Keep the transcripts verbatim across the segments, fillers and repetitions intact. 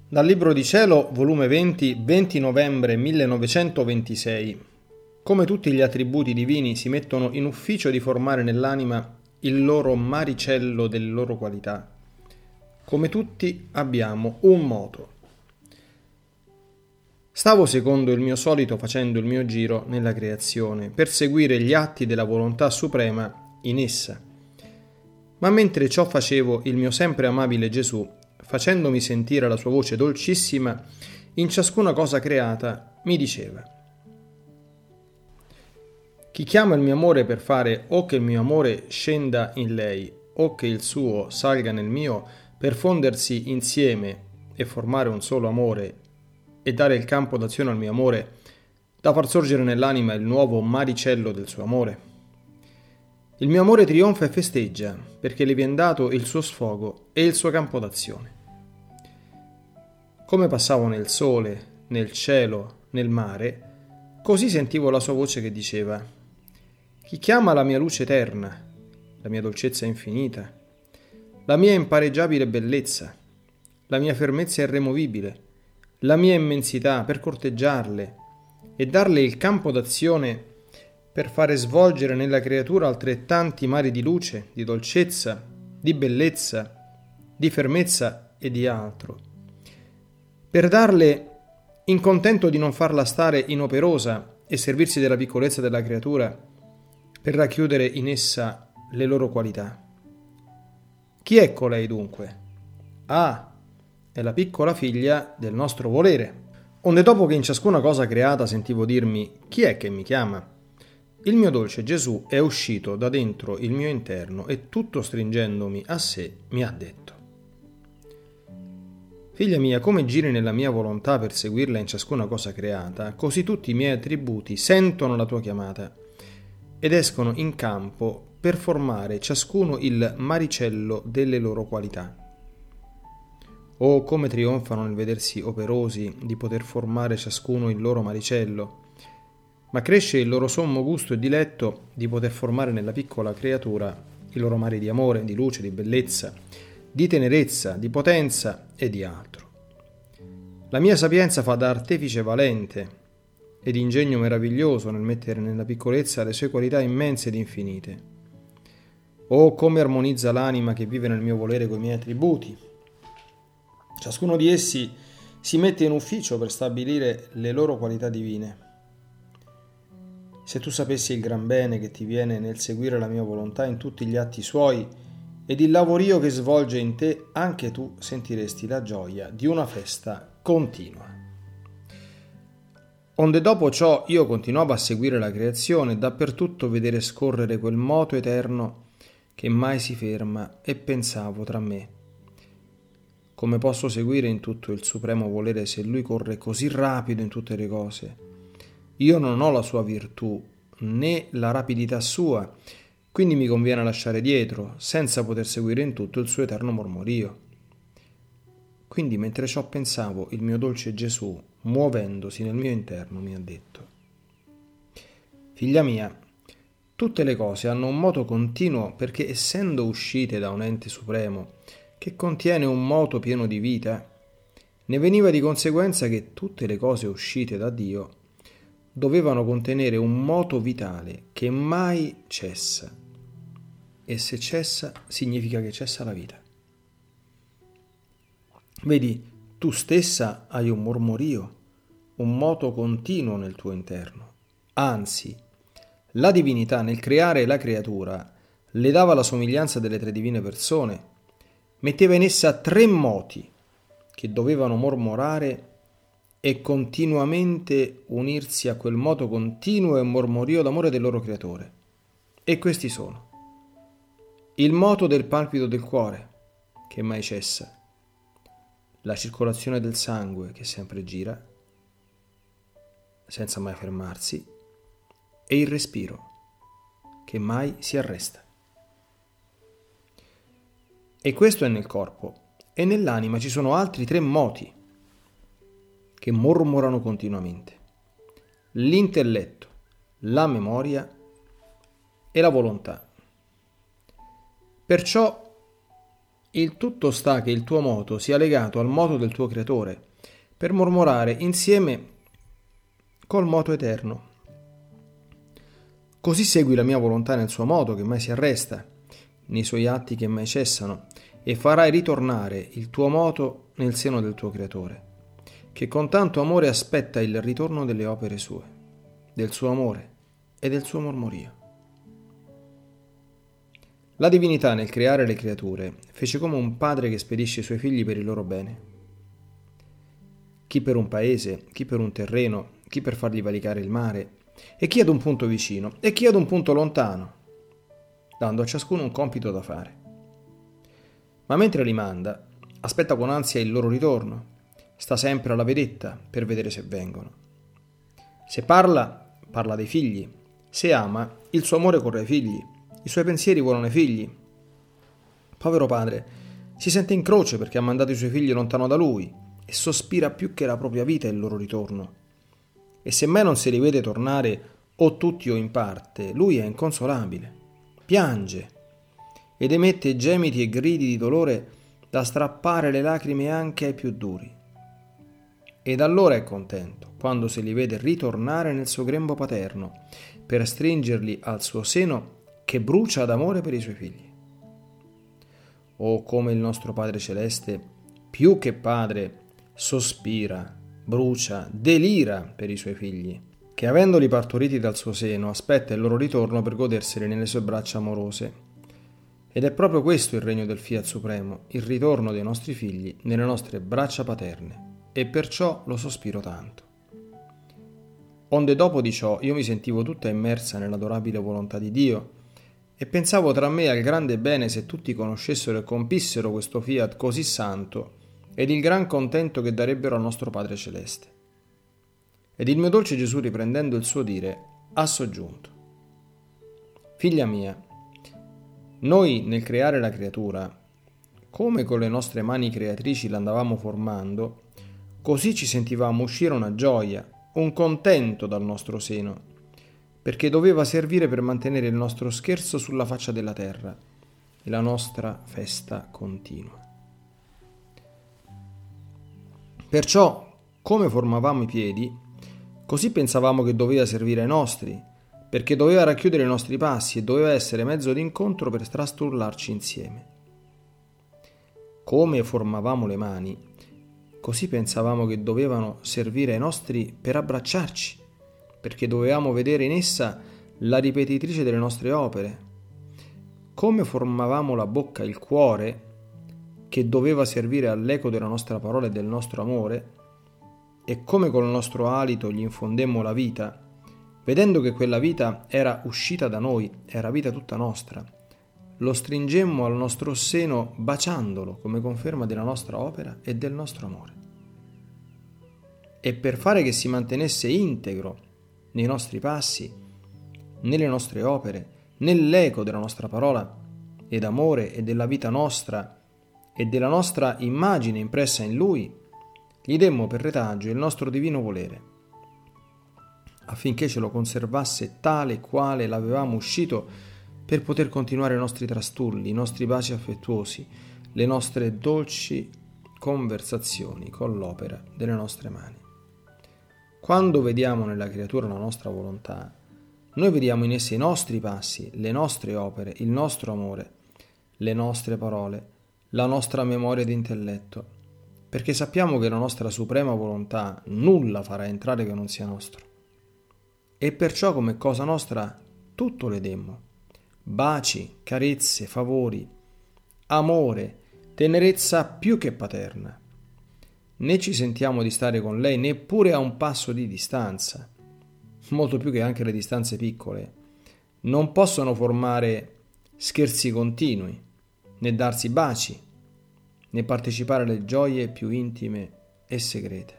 Dal Libro di Cielo, volume venti, venti novembre millenovecentoventisei. Come tutti gli attributi divini si mettono in ufficio di formare nell'anima il loro maricello delle loro qualità, come tutti abbiamo un moto. Stavo secondo il mio solito facendo il mio giro nella creazione per seguire gli atti della volontà suprema in essa. Ma mentre ciò facevo, il mio sempre amabile Gesù, facendomi sentire la sua voce dolcissima, in ciascuna cosa creata, mi diceva: chi chiama il mio amore per fare o che il mio amore scenda in lei, o che il suo salga nel mio, per fondersi insieme e formare un solo amore e dare il campo d'azione al mio amore, da far sorgere nell'anima il nuovo maricello del suo amore. Il mio amore trionfa e festeggia, perché le viene dato il suo sfogo e il suo campo d'azione. Come passavo nel sole, nel cielo, nel mare, così sentivo la sua voce che diceva: chi chiama la mia luce eterna, la mia dolcezza infinita, la mia impareggiabile bellezza, la mia fermezza irremovibile, la mia immensità per corteggiarle e darle il campo d'azione per fare svolgere nella creatura altrettanti mari di luce, di dolcezza, di bellezza, di fermezza e di altro, per darle, in contento di non farla stare inoperosa e servirsi della piccolezza della creatura, per racchiudere in essa le loro qualità. Chi è colei dunque? Ah, è la piccola figlia del nostro volere. Onde dopo che in ciascuna cosa creata sentivo dirmi: chi è che mi chiama? Il mio dolce Gesù è uscito da dentro il mio interno e tutto stringendomi a sé mi ha detto: figlia mia, come giri nella mia volontà per seguirla in ciascuna cosa creata, così tutti i miei attributi sentono la tua chiamata ed escono in campo per formare ciascuno il maricello delle loro qualità. Oh, come trionfano nel vedersi operosi di poter formare ciascuno il loro maricello, ma cresce il loro sommo gusto e diletto di poter formare nella piccola creatura i loro mari di amore, di luce, di bellezza, di tenerezza, di potenza e di altro. La mia sapienza fa da artefice valente ed ingegno meraviglioso nel mettere nella piccolezza le sue qualità immense ed infinite. Oh, come armonizza l'anima che vive nel mio volere coi miei attributi! Ciascuno di essi si mette in ufficio per stabilire le loro qualità divine. Se tu sapessi il gran bene che ti viene nel seguire la mia volontà in tutti gli atti suoi ed il lavorio che svolge in te, anche tu sentiresti la gioia di una festa continua. Onde dopo ciò io continuavo a seguire la creazione e dappertutto vedere scorrere quel moto eterno che mai si ferma, e pensavo tra me: come posso seguire in tutto il supremo volere se lui corre così rapido in tutte le cose? Io non ho la sua virtù né la rapidità sua, quindi mi conviene lasciare dietro, senza poter seguire in tutto il suo eterno mormorio. Quindi mentre ciò pensavo, il mio dolce Gesù, muovendosi nel mio interno, mi ha detto: figlia mia, tutte le cose hanno un moto continuo, perché essendo uscite da un ente supremo che contiene un moto pieno di vita, ne veniva di conseguenza che tutte le cose uscite da Dio dovevano contenere un moto vitale che mai cessa. E se cessa, significa che cessa la vita. Vedi, tu stessa hai un mormorio, un moto continuo nel tuo interno. Anzi, la divinità nel creare la creatura le dava la somiglianza delle tre divine persone, metteva in essa tre moti che dovevano mormorare e continuamente unirsi a quel moto continuo e mormorio d'amore del loro creatore. E questi sono: il moto del palpito del cuore, che mai cessa, la circolazione del sangue che sempre gira, senza mai fermarsi, e il respiro, che mai si arresta. E questo è nel corpo, e nell'anima ci sono altri tre moti che mormorano continuamente: l'intelletto, la memoria e la volontà. Perciò Il tutto sta che il tuo moto sia legato al moto del tuo creatore, per mormorare insieme col moto eterno. Così segui la mia volontà nel suo moto che mai si arresta, nei suoi atti che mai cessano, e farai ritornare il tuo moto nel seno del tuo creatore, che con tanto amore aspetta il ritorno delle opere sue, del suo amore e del suo mormorio. La divinità nel creare le creature fece come un padre che spedisce i suoi figli per il loro bene. Chi per un paese, chi per un terreno, chi per fargli valicare il mare, e chi ad un punto vicino, e chi ad un punto lontano, dando a ciascuno un compito da fare. Ma mentre li manda, aspetta con ansia il loro ritorno, sta sempre alla vedetta per vedere se vengono. Se parla, parla dei figli, se ama, il suo amore corre ai figli, i suoi pensieri volano ai figli. Povero padre, si sente in croce perché ha mandato i suoi figli lontano da lui e sospira più che la propria vita il loro ritorno. E se mai non se li vede tornare o tutti o in parte, lui è inconsolabile, piange ed emette gemiti e gridi di dolore da strappare le lacrime anche ai più duri. Ed allora è contento quando se li vede ritornare nel suo grembo paterno per stringerli al suo seno che brucia d'amore per i suoi figli. O come il nostro Padre Celeste, più che padre, sospira, brucia, delira per i suoi figli, che avendoli partoriti dal suo seno aspetta il loro ritorno per goderseli nelle sue braccia amorose. Ed è proprio questo il regno del Fiat Supremo, il ritorno dei nostri figli nelle nostre braccia paterne, e perciò lo sospiro tanto. Onde dopo di ciò io mi sentivo tutta immersa nell'adorabile volontà di Dio, e pensavo tra me al grande bene se tutti conoscessero e compissero questo Fiat così santo ed il gran contento che darebbero al nostro Padre Celeste. Ed il mio dolce Gesù, riprendendo il suo dire, ha soggiunto: Figlia mia, noi nel creare la creatura, come con le nostre mani creatrici l'andavamo formando, così ci sentivamo uscire una gioia, un contento dal nostro seno, perché doveva servire per mantenere il nostro scherzo sulla faccia della terra e la nostra festa continua. Perciò, come formavamo i piedi, così pensavamo che doveva servire ai nostri, perché doveva racchiudere i nostri passi e doveva essere mezzo d'incontro per trastullarci insieme. Come formavamo le mani, così pensavamo che dovevano servire ai nostri per abbracciarci, perché dovevamo vedere in essa la ripetitrice delle nostre opere. Come formavamo la bocca e il cuore, che doveva servire all'eco della nostra parola e del nostro amore, e come col nostro alito gli infondemmo la vita, vedendo che quella vita era uscita da noi, era vita tutta nostra, lo stringemmo al nostro seno baciandolo come conferma della nostra opera e del nostro amore. E per fare che si mantenesse integro nei nostri passi, nelle nostre opere, nell'eco della nostra parola ed amore e della vita nostra e della nostra immagine impressa in Lui, gli demmo per retaggio il nostro divino volere, affinché ce lo conservasse tale quale l'avevamo uscito per poter continuare i nostri trastulli, i nostri baci affettuosi, le nostre dolci conversazioni con l'opera delle nostre mani. Quando vediamo nella creatura la nostra volontà, noi vediamo in essa i nostri passi, le nostre opere, il nostro amore, le nostre parole, la nostra memoria di intelletto, perché sappiamo che la nostra suprema volontà nulla farà entrare che non sia nostro. E perciò come cosa nostra tutto le demmo: baci, carezze, favori, amore, tenerezza più che paterna. Né ci sentiamo di stare con lei neppure a un passo di distanza, molto più che anche le distanze piccole. Non possono formare scherzi continui, né darsi baci, né partecipare alle gioie più intime e segrete.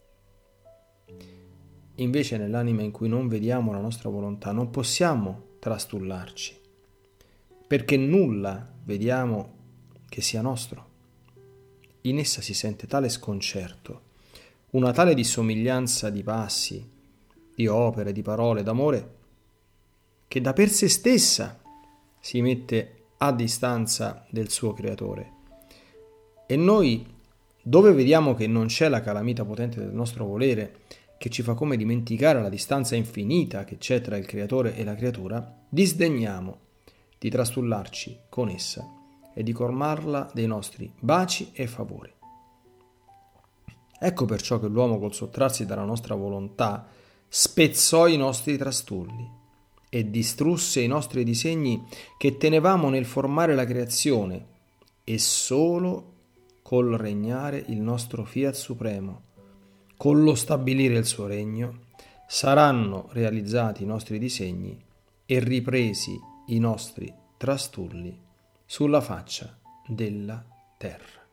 Invece nell'anima in cui non vediamo la nostra volontà non possiamo trastullarci, perché nulla vediamo che sia nostro. In essa si sente tale sconcerto, una tale dissomiglianza di passi, di opere, di parole, d'amore, che da per sé stessa si mette a distanza del suo creatore E noi, dove vediamo che non c'è la calamita potente del nostro volere, che ci fa come dimenticare la distanza infinita che c'è tra il creatore e la creatura, disdegniamo di trastullarci con essa e di colmarla dei nostri baci e favori. Ecco perciò che l'uomo, col sottrarsi dalla nostra volontà, spezzò i nostri trastulli e distrusse i nostri disegni che tenevamo nel formare la creazione, e solo col regnare il nostro fiat supremo, con lo stabilire il suo regno, saranno realizzati i nostri disegni e ripresi i nostri trastulli sulla faccia della terra.